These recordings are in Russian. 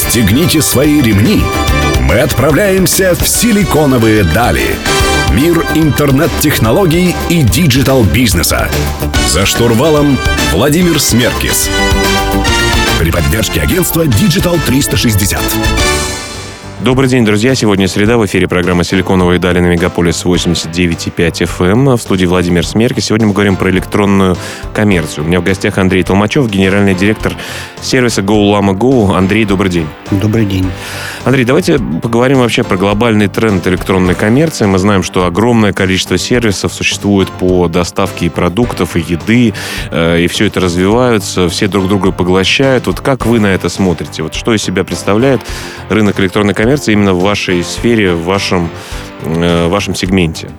Расстегните свои ремни. Мы отправляемся в силиконовые дали. Мир интернет-технологий и диджитал-бизнеса. За штурвалом Владимир Смеркис. При поддержке агентства Digital 360. Добрый день, друзья. Сегодня среда. В эфире программа «Силиконовые дали» на Мегаполис 89,5 FM. В студии Владимир Смеркис. Сегодня мы говорим про электронную коммерцию. У меня в гостях Андрей Толмачев, генеральный директор сервиса GoLama.Go. Андрей, добрый день. Добрый день. Андрей, давайте поговорим вообще про глобальный тренд электронной коммерции. Мы знаем, что огромное количество сервисов существует по доставке и продуктов, и еды, и все это развивается, все друг друга поглощают. Вот как вы на это смотрите? Вот что из себя представляет рынок электронной коммерции именно в вашей сфере, в вашем сегменте?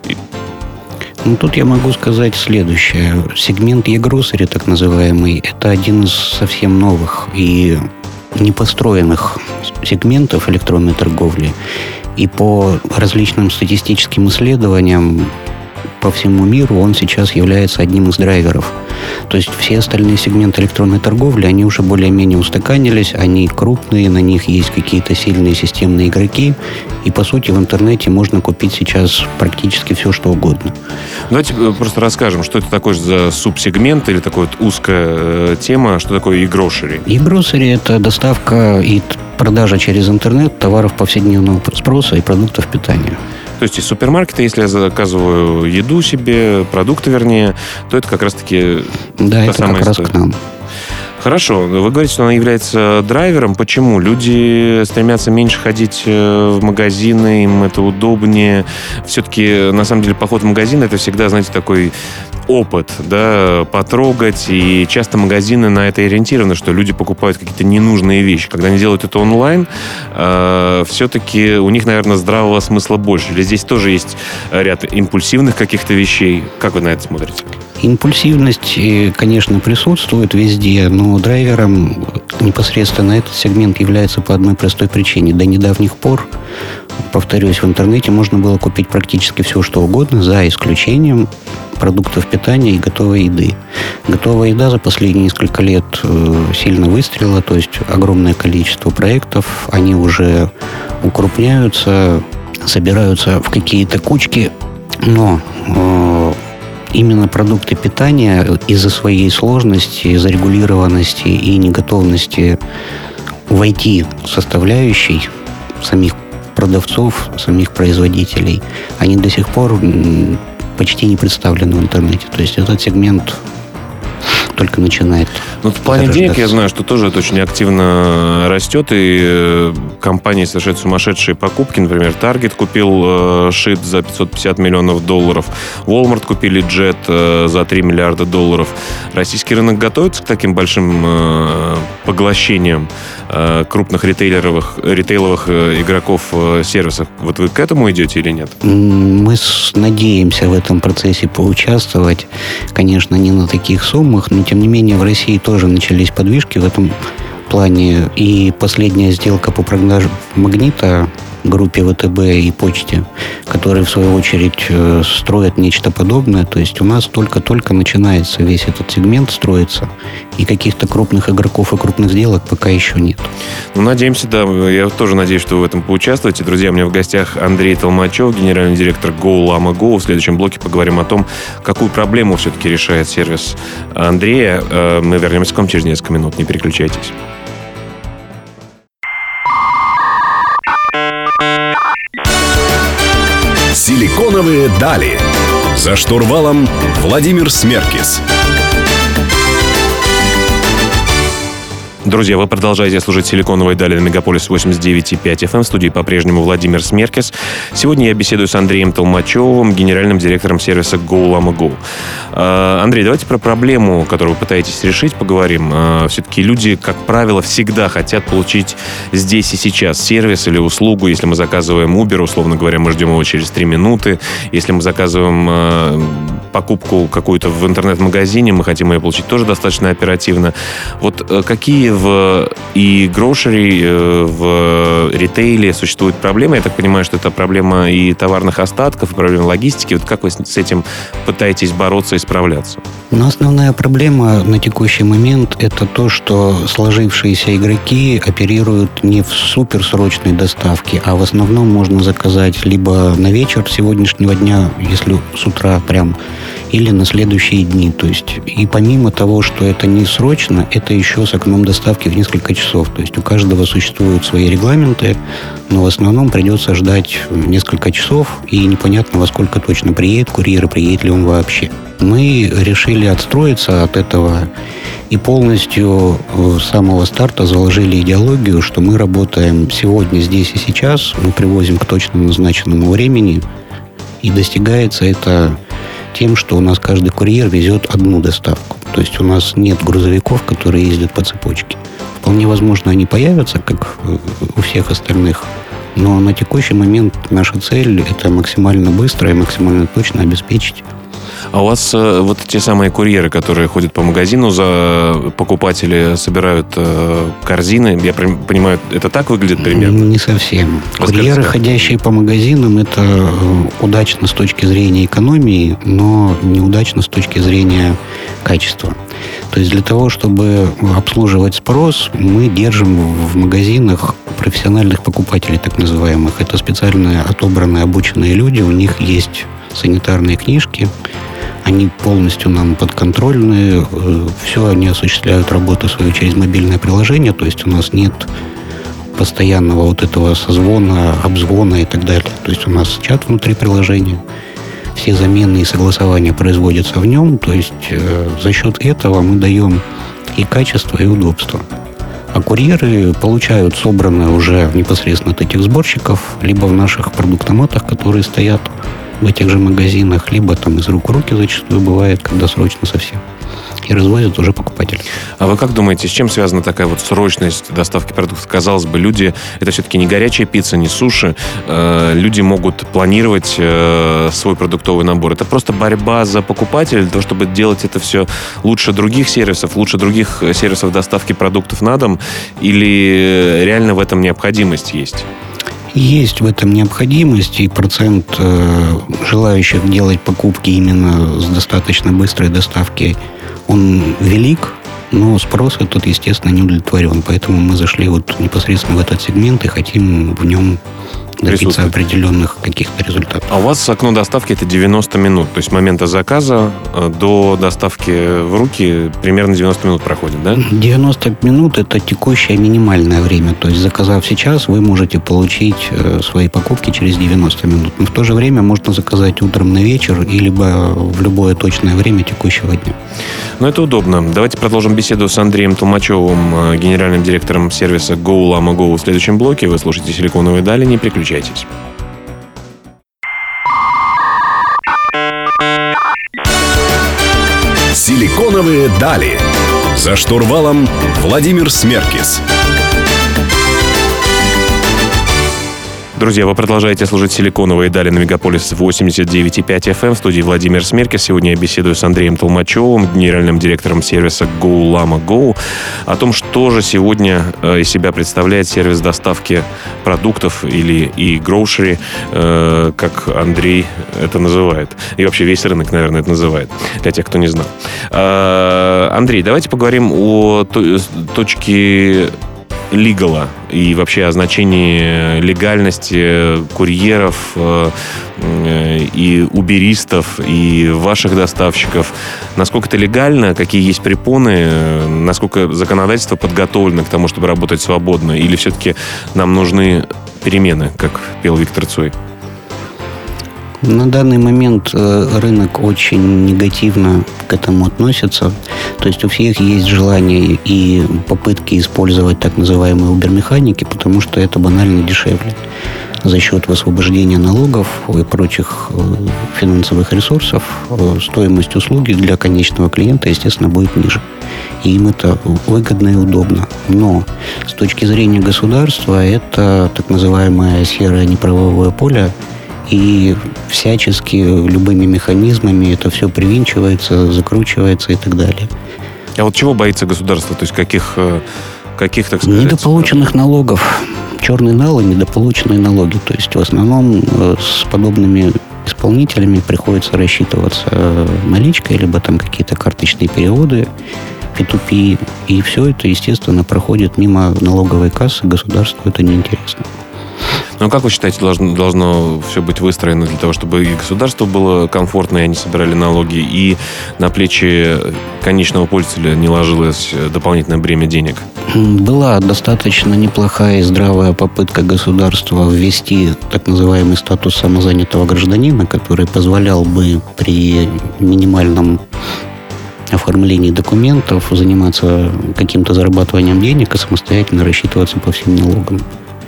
Тут я могу сказать следующее. Сегмент e-grocery, так называемый, это один из совсем новых и непостроенных сегментов электронной торговли. И по различным статистическим исследованиям по всему миру он сейчас является одним из драйверов. То есть все остальные сегменты электронной торговли, они уже более-менее устаканились, они крупные, на них есть какие-то сильные системные игроки, и, по сути, в интернете можно купить сейчас практически все, что угодно. Давайте просто расскажем, что это такое за субсегмент или такая вот узкая тема, что такое e-grocery? E-grocery – это доставка и продажа через интернет товаров повседневного спроса и продуктов питания. То есть из супермаркета, если я заказываю еду себе, продукты вернее, то это как раз-таки да, та это самая как раз история. к нам. Хорошо. Вы говорите, что она является драйвером. Почему? Люди стремятся меньше ходить в магазины, им это удобнее. Все-таки, на самом деле, поход в магазин — это всегда, знаете, такой опыт, да, потрогать. И часто магазины на это ориентированы, что люди покупают какие-то ненужные вещи. Когда они делают это онлайн, все-таки у них, наверное, здравого смысла больше. Или здесь тоже есть ряд импульсивных каких-то вещей? Как вы на это смотрите? Импульсивность, конечно, присутствует везде, но драйвером непосредственно этот сегмент является по одной простой причине. До недавних пор, повторюсь, в интернете можно было купить практически все, что угодно, за исключением продуктов питания и готовой еды. Готовая еда за последние несколько лет сильно выстрелила, то есть огромное количество проектов, они уже укрупняются, собираются в какие-то кучки, но именно продукты питания из-за своей сложности, зарегулированности и неготовности войти в составляющей самих продавцов, самих производителей, они до сих пор почти не представлены в интернете. То есть этот сегмент только начинает. В плане денег я знаю, что тоже это очень активно растет, и компании совершают сумасшедшие покупки. Например, Target купил Шит за $550 миллионов, Walmart купили Jet за $3 миллиарда. Российский рынок готовится к таким большим поглощениям крупных ритейловых игроков сервисов. Вот вы к этому идете или нет? Мы надеемся в этом процессе поучаствовать. Конечно, не на таких суммах, но тем не менее в России тоже начались подвижки в этом плане. И последняя сделка по продаже Магнита группе ВТБ и Почте, которые, в свою очередь, строят нечто подобное. То есть у нас только-только начинается весь этот сегмент строиться, и каких-то крупных игроков и крупных сделок пока еще нет. Надеемся, да. Я тоже надеюсь, что вы в этом поучаствуете. Друзья, у меня в гостях Андрей Толмачев, генеральный директор GoLama.Go. В следующем блоке поговорим о том, какую проблему все-таки решает сервис Андрея. Мы вернемся к вам через несколько минут. Не переключайтесь. Силиконовые дали. За штурвалом Владимир Смеркис. Друзья, вы продолжаете слушать «Силиконовые дали» на Мегаполис 89,5 FM. В студии по-прежнему Владимир Смеркис. Сегодня я беседую с Андреем Толмачевым, генеральным директором сервиса GoLama.Go. Андрей, давайте про проблему, которую вы пытаетесь решить, поговорим. Все-таки люди, как правило, всегда хотят получить здесь и сейчас сервис или услугу. Если мы заказываем Uber, условно говоря, мы ждем его через 3 минуты. Если мы заказываем покупку какую-то в интернет-магазине, мы хотим ее получить тоже достаточно оперативно. Вот какие в grocery, в ритейле существуют проблемы? Я так понимаю, что это проблема и товарных остатков, и проблема логистики. Вот как вы с этим пытаетесь бороться и справляться? Но основная проблема на текущий момент – это то, что сложившиеся игроки оперируют не в суперсрочной доставке, а в основном можно заказать либо на вечер сегодняшнего дня, если с утра прям, или на следующие дни. То есть, и помимо того, что это не срочно, это еще с окном доставки в несколько часов. То есть у каждого существуют свои регламенты, но в основном придется ждать несколько часов, и непонятно, во сколько точно приедет курьер, и приедет ли он вообще. Мы решили отстроиться от этого и полностью с самого старта заложили идеологию, что мы работаем сегодня, здесь и сейчас, мы привозим к точно назначенному времени, и достигается это тем, что у нас каждый курьер везет одну доставку. То есть у нас нет грузовиков, которые ездят по цепочке. Вполне возможно, они появятся, как у всех остальных, но на текущий момент наша цель – это максимально быстро и максимально точно обеспечить. А у вас вот те самые курьеры, которые ходят по магазину, за покупатели собирают корзины, я понимаю, это так выглядит примерно? Не совсем. Курьеры, ходящие по магазинам, это удачно с точки зрения экономии, но неудачно с точки зрения качества. То есть для того, чтобы обслуживать спрос, мы держим в магазинах профессиональных покупателей, так называемых. Это специально отобранные, обученные люди, у них есть санитарные книжки, они полностью нам подконтрольны, все они осуществляют работу свою через мобильное приложение, то есть у нас нет постоянного вот этого созвона, обзвона и так далее. То есть у нас чат внутри приложения, все замены и согласования производятся в нем, то есть за счет этого мы даем и качество, и удобство. А курьеры получают собранное уже непосредственно от этих сборщиков, либо в наших продуктоматах, которые стоят в этих же магазинах, либо там из рук в руки зачастую бывает, когда срочно совсем. И развозят уже покупатели. А вы как думаете, с чем связана такая вот срочность доставки продуктов? Казалось бы, люди, это все-таки не горячая пицца, не суши. Люди могут планировать свой продуктовый набор. Это просто борьба за покупателя для того, чтобы делать это все лучше других сервисов доставки продуктов на дом? Или реально в этом необходимость есть? Есть в этом необходимость, и процент желающих делать покупки именно с достаточно быстрой доставкой, он велик, но спрос этот, естественно, не удовлетворен. Поэтому мы зашли вот непосредственно в этот сегмент и хотим в нем добиться определенных каких-то результатов. А у вас окно доставки это 90 минут, то есть с момента заказа до доставки в руки примерно 90 минут проходит, да? 90 минут – это текущее минимальное время. То есть, заказав сейчас, вы можете получить свои покупки через 90 минут. Но в то же время можно заказать утром на вечер или в любое точное время текущего дня. Ну, это удобно. Давайте продолжим беседу с Андреем Толмачевым, генеральным директором сервиса Go Llama Go в следующем блоке. Вы слушаете «Силиконовые дали», не переключайтесь. «Силиконовые дали». За штурвалом Владимир Смеркис. Друзья, вы продолжаете слушать «Силиконовые дали» на Мегаполис 89,5 FM. В студии Владимир Смеркис. Сегодня я беседую с Андреем Толмачевым, генеральным директором сервиса Go Llama Go, о том, что же сегодня из себя представляет сервис доставки продуктов или e-grocery, как Андрей это называет. И вообще весь рынок, наверное, это называет, для тех, кто не знал. Андрей, давайте поговорим о точке лигала и вообще о значении легальности курьеров и уберистов, и ваших доставщиков. Насколько это легально, какие есть препоны, насколько законодательство подготовлено к тому, чтобы работать свободно, или все-таки нам нужны перемены, как пел Виктор Цой? На данный момент рынок очень негативно к этому относится. То есть у всех есть желание и попытки использовать так называемые Uber-механики, потому что это банально дешевле. За счет высвобождения налогов и прочих финансовых ресурсов стоимость услуги для конечного клиента, естественно, будет ниже. И им это выгодно и удобно. Но с точки зрения государства это так называемое серое неправовое поле, и всячески любыми механизмами это все привинчивается, закручивается и так далее. А вот чего боится государство? То есть каких, так сказать... Недополученных налогов. Черный нал и недополученные налоги. То есть в основном с подобными исполнителями приходится рассчитываться наличкой, либо там какие-то карточные переводы, P2P, и все это, естественно, проходит мимо налоговой кассы, государству это неинтересно. Но как вы считаете, должно все быть выстроено для того, чтобы и государству было комфортно, и они собирали налоги, и на плечи конечного пользователя не ложилось дополнительное бремя денег? Была достаточно неплохая и здравая попытка государства ввести так называемый статус самозанятого гражданина, который позволял бы при минимальном оформлении документов заниматься каким-то зарабатыванием денег и самостоятельно рассчитываться по всем налогам.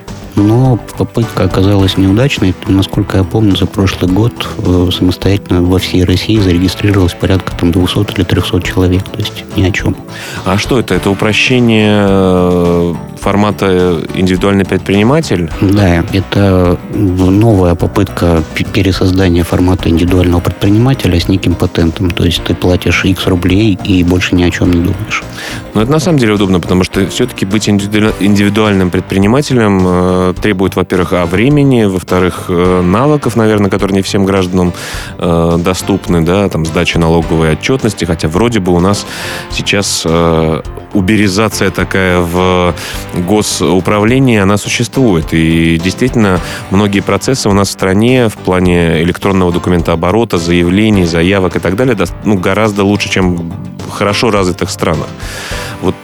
Но попытка оказалась неудачной. Насколько я помню, за прошлый год самостоятельно во всей России зарегистрировалось порядка 200 или 300 человек. То есть ни о чем. А что это? Это упрощение формата индивидуальный предприниматель? Да, это новая попытка пересоздания формата индивидуального предпринимателя с неким патентом. То есть ты платишь X рублей и больше ни о чем не думаешь. Но это на самом деле удобно, потому что все-таки быть индивидуальным предпринимателем требует, во-первых, времени, во-вторых, навыков, наверное, которые не всем гражданам доступны, да, там, сдача налоговой отчетности, хотя вроде бы у нас сейчас уберизация такая в госуправлении, она существует. И действительно, многие процессы у нас в стране в плане электронного документооборота, заявлений, заявок и так далее гораздо лучше, чем в хорошо развитых странах. Вот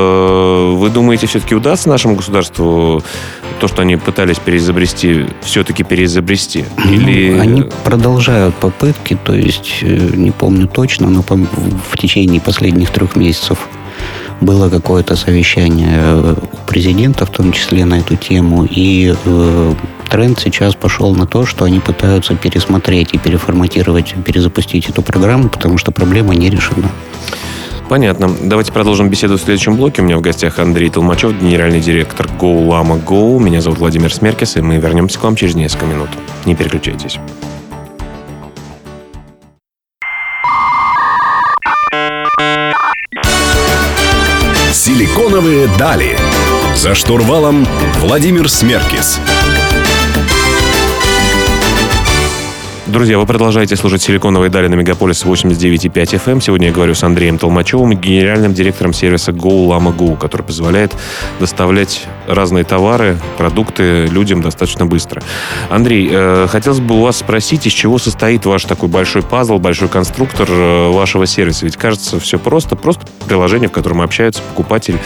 вы думаете, все-таки удастся нашему государству то, что они пытались переизобрести, все-таки переизобрести? Или... Они продолжают попытки, то есть, не помню точно, но в течение последних 3 месяцев было какое-то совещание у президента, в том числе на эту тему, и тренд сейчас пошел на то, что они пытаются пересмотреть и переформатировать, перезапустить эту программу, потому что проблема не решена. Понятно. Давайте продолжим беседу в следующем блоке. У меня в гостях Андрей Толмачев, генеральный директор Go Llama Go. Меня зовут Владимир Смеркис, и мы вернемся к вам через несколько минут. Не переключайтесь. Силиконовые дали. За штурвалом Владимир Смеркис. Друзья, вы продолжаете слушать «Силиконовые дали» на Мегаполис 89,5 FM. Сегодня я говорю с Андреем Толмачевым, генеральным директором сервиса Go Llama Go, который позволяет доставлять разные товары, продукты людям достаточно быстро. Андрей, хотелось бы у вас спросить, из чего состоит ваш такой большой пазл, большой конструктор вашего сервиса? Ведь кажется, все просто приложение, в котором общаются покупатель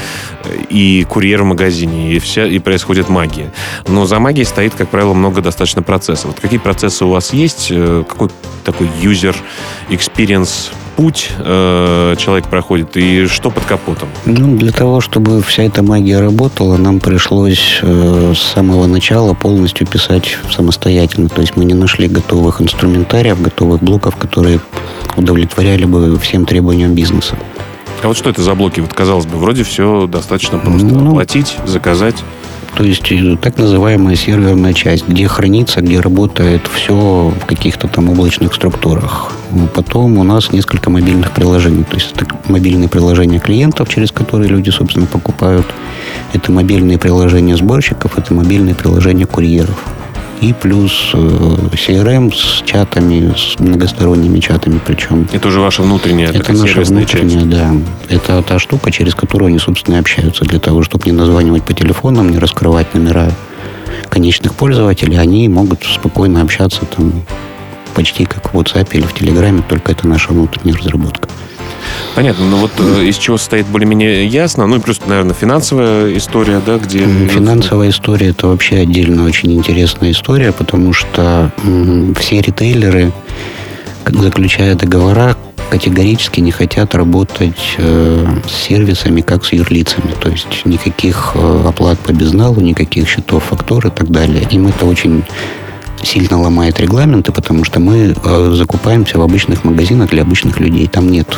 и курьер в магазине, и происходит магия. Но за магией стоит, как правило, много достаточно процессов. Вот какие процессы у вас есть? Какой такой user experience путь человек проходит и что под капотом? Для того, чтобы вся эта магия работала, нам пришлось с самого начала полностью писать самостоятельно. То есть мы не нашли готовых инструментариев, готовых блоков, которые удовлетворяли бы всем требованиям бизнеса. А вот что это за блоки? Вот, казалось бы, вроде все достаточно просто. Оплатить, заказать. То есть так называемая серверная часть, где хранится, где работает все в каких-то там облачных структурах. Потом у нас несколько мобильных приложений. То есть это мобильные приложения клиентов, через которые люди, собственно, покупают. Это мобильные приложения сборщиков, это мобильные приложения курьеров. И плюс CRM с чатами, с многосторонними чатами причем. Это уже ваша внутренняя это наша внутренняя, часть. Да. Это та штука, через которую они, собственно, и общаются. Для того, чтобы не названивать по телефонам, не раскрывать номера конечных пользователей, они могут спокойно общаться там почти как в WhatsApp или в Telegram, только это наша внутренняя разработка. Понятно, но вот из чего состоит более-менее ясно. Ну и плюс, наверное, финансовая история, да, где... Финансовая история – это вообще отдельно очень интересная история, потому что все ритейлеры, заключая договора, категорически не хотят работать с сервисами, как с юрлицами. То есть никаких оплат по безналу, никаких счетов, фактур и так далее. Им это очень сильно ломает регламенты, потому что мы закупаемся в обычных магазинах для обычных людей. Там нет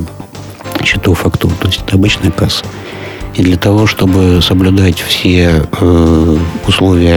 счетов, фактур, то есть это обычная касса. И для того, чтобы соблюдать все условия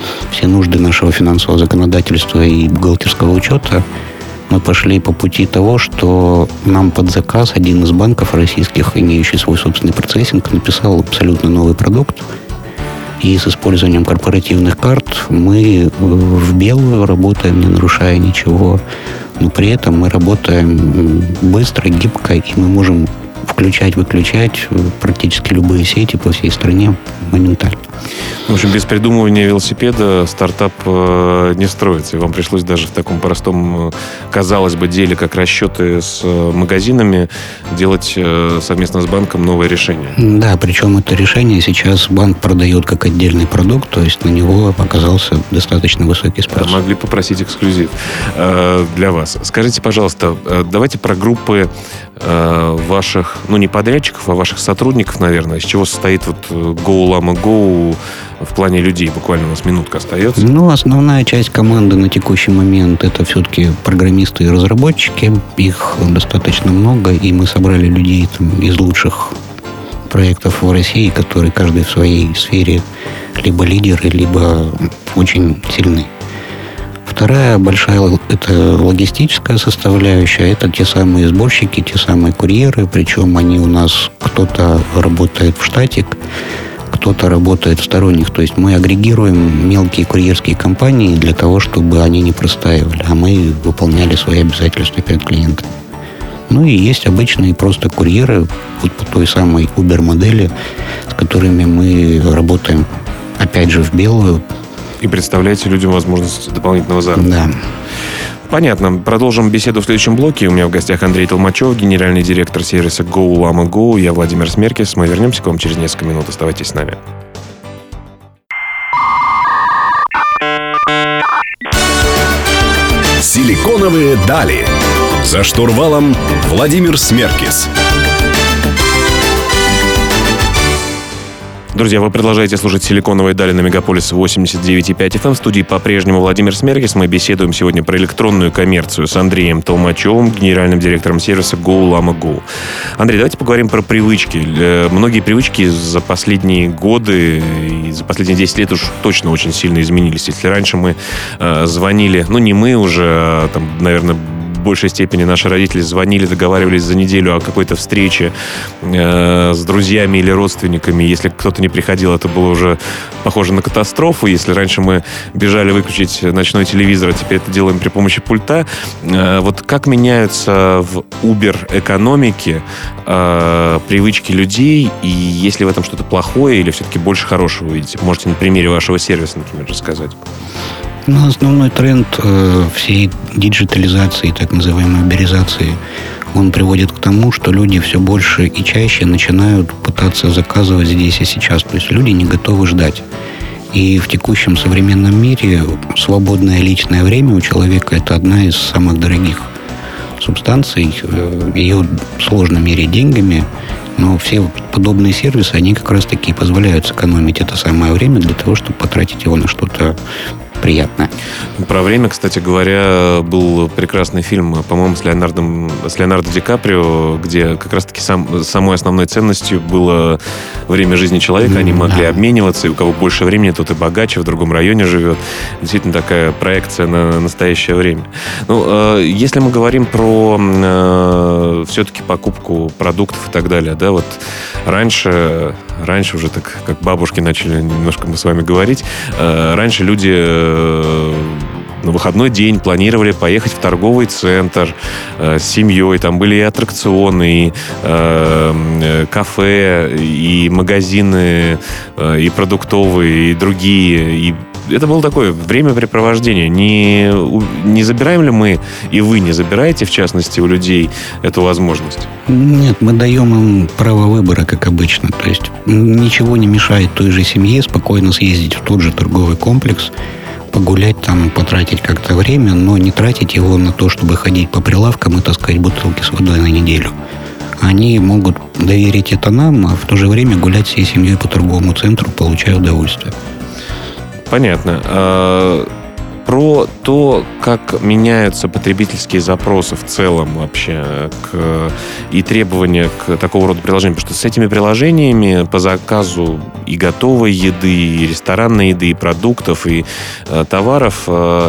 все нужды нашего финансового законодательства и бухгалтерского учета, мы пошли по пути того, что нам под заказ один из банков российских, имеющий свой собственный процессинг, написал абсолютно новый продукт. И с использованием корпоративных карт мы в белую работаем, не нарушая ничего. Но при этом мы работаем быстро, гибко, и мы можем включать-выключать практически любые сети по всей стране моментально. В общем, без придумывания велосипеда стартап не строится. И вам пришлось даже в таком простом, казалось бы, деле, как расчеты с магазинами, делать совместно с банком новое решение. Да, причем это решение сейчас банк продает как отдельный продукт, то есть на него оказался достаточно высокий спрос. Могли попросить эксклюзив для вас. Скажите, пожалуйста, давайте про группы ваших, не подрядчиков, а ваших сотрудников, наверное. Из чего состоит Go Llama Go в плане людей? Буквально у нас минутка остается. Основная часть команды на текущий момент это все-таки программисты и разработчики. Их достаточно много, и мы собрали людей из лучших проектов в России, которые каждый в своей сфере либо лидеры, либо очень сильны. Вторая большая – это логистическая составляющая. Это те самые сборщики, те самые курьеры. Причем они у нас, кто-то работает в штате, кто-то работает в сторонних. То есть мы агрегируем мелкие курьерские компании для того, чтобы они не простаивали, а мы выполняли свои обязательства перед клиентом. И есть обычные просто курьеры по той самой Uber-модели, с которыми мы работаем, опять же, в белую. И представляете людям возможность дополнительного заработка. Да. Понятно. Продолжим беседу в следующем блоке. У меня в гостях Андрей Толмачев, генеральный директор сервиса Go Llama Go. Я Владимир Смеркис. Мы вернемся к вам через несколько минут. Оставайтесь с нами. Силиконовые дали. За штурвалом Владимир Смеркис. Друзья, вы продолжаете слушать «Силиконовые дали» на Мегаполис 89,5 FM. В студии по-прежнему Владимир Смеркис. Мы беседуем сегодня про электронную коммерцию с Андреем Толмачевым, генеральным директором сервиса Go Llama Go. Андрей, давайте поговорим про привычки. Многие привычки за последние годы и за последние 10 лет уж точно очень сильно изменились. Если раньше мы звонили, не мы уже, а наверное, в большей степени наши родители звонили, договаривались за неделю о какой-то встрече с друзьями или родственниками. Если кто-то не приходил, это было уже похоже на катастрофу. Если раньше мы бежали выключить ночной телевизор, а теперь это делаем при помощи пульта. Как меняются в Uber-экономике привычки людей, и есть ли в этом что-то плохое или все-таки больше хорошего вы видите? Можете на примере вашего сервиса, например, рассказать. Основной тренд всей диджитализации, так называемой уберизации, он приводит к тому, что люди все больше и чаще начинают пытаться заказывать здесь и сейчас. То есть люди не готовы ждать. И в текущем современном мире свободное личное время у человека – это одна из самых дорогих субстанций. Ее сложно мерить деньгами, но все подобные сервисы, они как раз-таки позволяют сэкономить это самое время для того, чтобы потратить его на что-то приятное. Про время, кстати говоря, был прекрасный фильм, по-моему, с Леонардо Ди Каприо, где как раз-таки самой основной ценностью было время жизни человека. Они могли обмениваться, и у кого больше времени, тот и богаче, в другом районе живет. Действительно такая проекция на настоящее время. Если мы говорим про все-таки покупку продуктов и так далее, да, раньше уже так, как бабушки начали немножко мы с вами говорить, раньше люди на выходной день планировали поехать в торговый центр с семьей. Там были и аттракционы, и кафе, и магазины, и продуктовые, и другие. И это было такое времяпрепровождение. Не забираем ли мы, и вы не забираете, в частности, у людей эту возможность? Нет, мы даем им право выбора, как обычно. То есть ничего не мешает той же семье спокойно съездить в тот же торговый комплекс, погулять там, потратить как-то время, но не тратить его на то, чтобы ходить по прилавкам и таскать бутылки с водой на неделю. Они могут доверить это нам, а в то же время гулять всей семьей по торговому центру, получая удовольствие. Понятно. про то, как меняются потребительские запросы в целом вообще и требования к такого рода приложениям. Потому что с этими приложениями по заказу и готовой еды, и ресторанной еды, и продуктов, и товаров,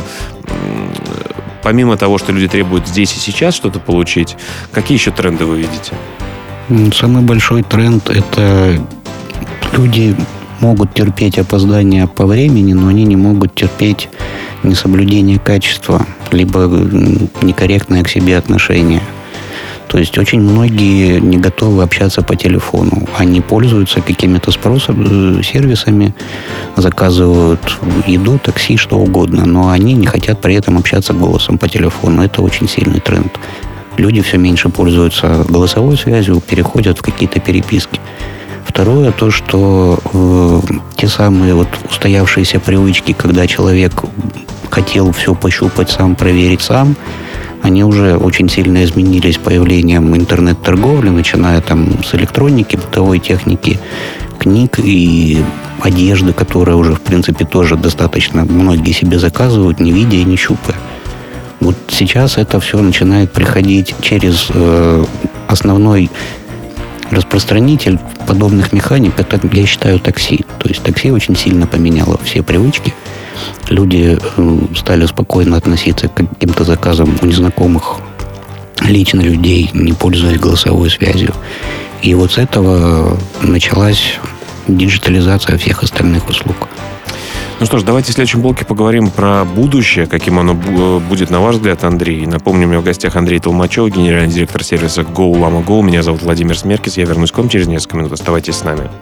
помимо того, что люди требуют здесь и сейчас что-то получить, какие еще тренды вы видите? Самый большой тренд – это люди могут терпеть опоздание по времени, но они не могут терпеть несоблюдение качества, либо некорректное к себе отношение. То есть очень многие не готовы общаться по телефону. Они пользуются какими-то сервисами, заказывают еду, такси, что угодно, но они не хотят при этом общаться голосом по телефону. Это очень сильный тренд. Люди все меньше пользуются голосовой связью, переходят в какие-то переписки. Второе, то, что те самые вот устоявшиеся привычки, когда человек хотел все пощупать сам, проверить сам, они уже очень сильно изменились появлением интернет-торговли, начиная там с электроники, бытовой техники, книг и одежды, которая уже, в принципе, тоже достаточно многие себе заказывают, не видя и не щупая. Вот сейчас это все начинает приходить через основной распространитель подобных механик, это, я считаю, такси. То есть такси очень сильно поменяло все привычки. Люди стали спокойно относиться к каким-то заказам у незнакомых лично людей, не пользуясь голосовой связью. И вот с этого началась диджитализация всех остальных услуг. Ну что ж, давайте в следующем блоке поговорим про будущее, каким оно будет, на ваш взгляд, Андрей. Напомню, у меня в гостях Андрей Толмачев, генеральный директор сервиса Go Llama Go. Меня зовут Владимир Смеркис. Я вернусь к вам через несколько минут. Оставайтесь с нами.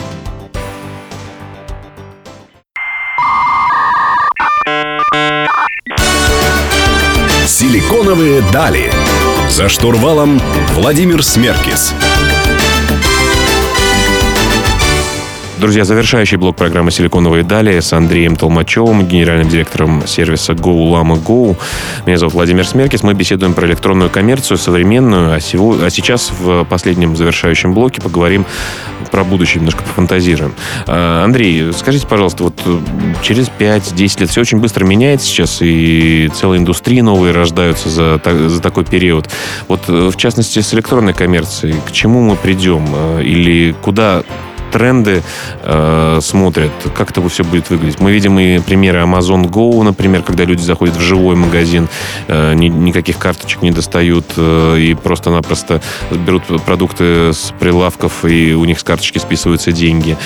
Силиконовые дали. За штурвалом Владимир Смеркис. Друзья, завершающий блок программы «Силиконовые дали» с Андреем Толмачевым, генеральным директором сервиса Go Llama Go. Меня зовут Владимир Смеркис. Мы беседуем про электронную коммерцию, современную. А сейчас в последнем завершающем блоке поговорим про будущее, немножко пофантазируем. Андрей, скажите, пожалуйста, вот через 5-10 лет все очень быстро меняется сейчас, и целые индустрии новые рождаются за такой период. Вот, в частности, с электронной коммерцией, к чему мы придем? Или куда тренды смотрят, как это все будет выглядеть. Мы видим и примеры Amazon Go, например, когда люди заходят в живой магазин, никаких карточек не достают и просто-напросто берут продукты с прилавков, и у них с карточки списываются деньги.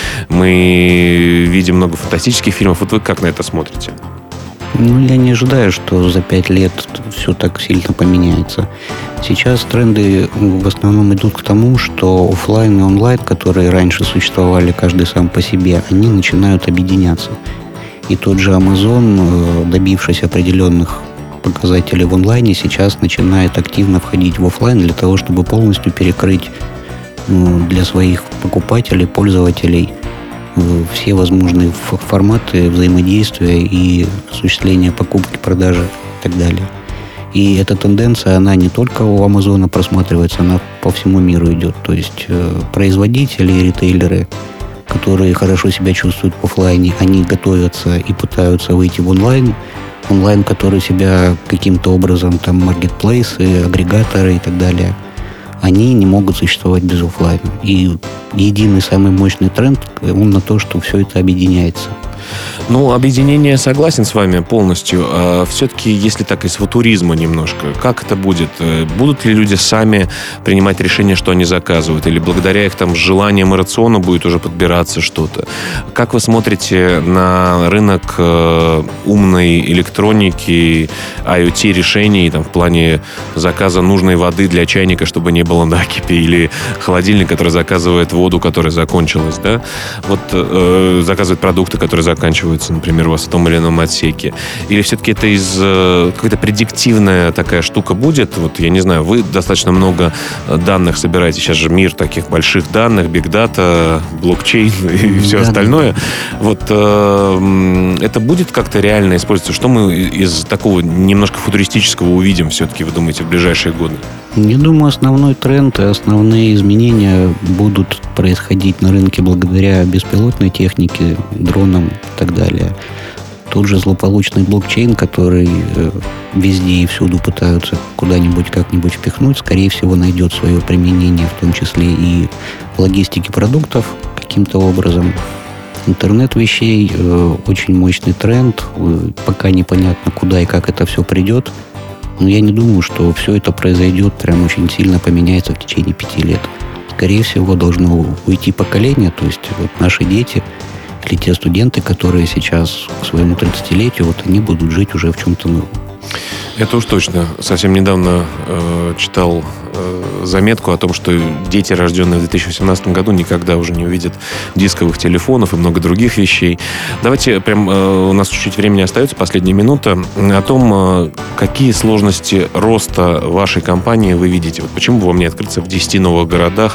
Мы видим много фантастических фильмов. Вот вы как на это смотрите? Ну, я не ожидаю, что за 5 лет все так сильно поменяется. Сейчас тренды в основном идут к тому, что офлайн и онлайн, которые раньше существовали каждый сам по себе, они начинают объединяться. И тот же Amazon, добившись определенных показателей в онлайне, сейчас начинает активно входить в офлайн для того, чтобы полностью перекрыть для своих покупателей, пользователей все возможные форматы взаимодействия и осуществления покупки, продажи и так далее. И эта тенденция, она не только у Амазона просматривается, она по всему миру идет. То есть производители и ритейлеры, которые хорошо себя чувствуют в офлайне, они готовятся и пытаются выйти в онлайн. Онлайн, который себя каким-то образом, там, маркетплейсы, агрегаторы и так далее, они не могут существовать без офлайна. И единый самый мощный тренд, он на то, что все это объединяется. Ну, объединение, согласен с вами полностью. А все-таки, если так, из футуризма немножко, как это будет? Будут ли люди сами принимать решение, что они заказывают? Или благодаря их там желаниям и рациону будет уже подбираться что-то? Как вы смотрите на рынок умной электроники, IoT-решений там, в плане заказа нужной воды для чайника, чтобы не было накипи? Или холодильник, который заказывает воду, которая закончилась, да? Вот заказывает продукты, которые заканчиваются, например, у вас в том или ином отсеке? Или все-таки это из какая-то предиктивная такая штука будет? Вот, я не знаю, вы достаточно много данных собираете. Сейчас же мир таких больших данных, биг-дата, блокчейн и все остальное. Вот это будет как-то реально использоваться? Что мы из такого немножко футуристического увидим все-таки, вы думаете, в ближайшие годы? Я думаю, основной тренд и основные изменения будут происходить на рынке благодаря беспилотной технике, дронам и так далее. Тот же злополучный блокчейн, который везде и всюду пытаются куда-нибудь как-нибудь впихнуть, скорее всего, найдет свое применение, в том числе и в логистике продуктов каким-то образом. Интернет вещей очень мощный тренд. Пока непонятно, куда и как это все придет. Но я не думаю, что все это произойдет, прям очень сильно поменяется в течение 5 лет. Скорее всего, должно уйти поколение, то есть вот наши дети или те студенты, которые сейчас к своему 30-летию, вот они будут жить уже в чем-то новом. Это уж точно. Совсем недавно читал заметку о том, что дети, рожденные в 2018 году, никогда уже не увидят дисковых телефонов и много других вещей. Давайте, у нас чуть-чуть времени остается, последняя минута, о том, какие сложности роста вашей компании вы видите. Вот почему бы вам не открыться в 10 новых городах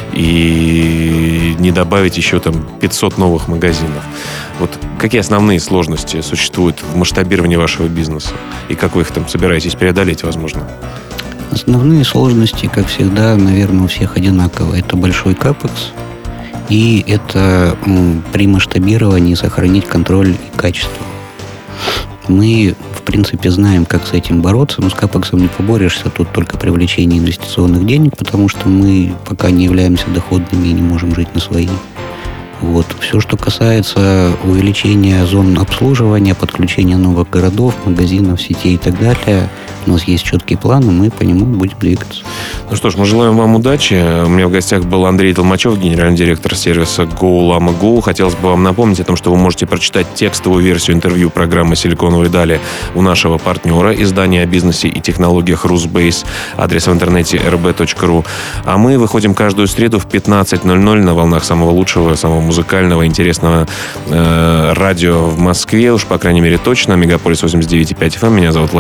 и не добавить еще там 500 новых магазинов? Вот какие основные сложности существуют в масштабировании вашего бизнеса? И как вы их там собираетесь преодолеть, возможно? Основные сложности, как всегда, наверное, у всех одинаковые. Это большой капекс, и это при масштабировании сохранить контроль и качество. Мы, в принципе, знаем, как с этим бороться, но с капексом не поборешься. Тут только привлечение инвестиционных денег, потому что мы пока не являемся доходными и не можем жить на свои. Вот. Все, что касается увеличения зон обслуживания, подключения новых городов, магазинов, сетей и так далее, у нас есть четкий план, и мы по нему будем двигаться. Ну что ж, мы желаем вам удачи. У меня в гостях был Андрей Толмачев, генеральный директор сервиса GoLama.Go. Хотелось бы вам напомнить о том, что вы можете прочитать текстовую версию интервью программы «Силиконовые дали» у нашего партнера, издания о бизнесе и технологиях RusBase, адрес в интернете rb.ru. А мы выходим каждую среду в 15:00 на волнах самого лучшего, самого музыкального, интересного радио в Москве, уж по крайней мере точно. Мегаполис 89.5 FM. Меня зовут Владимир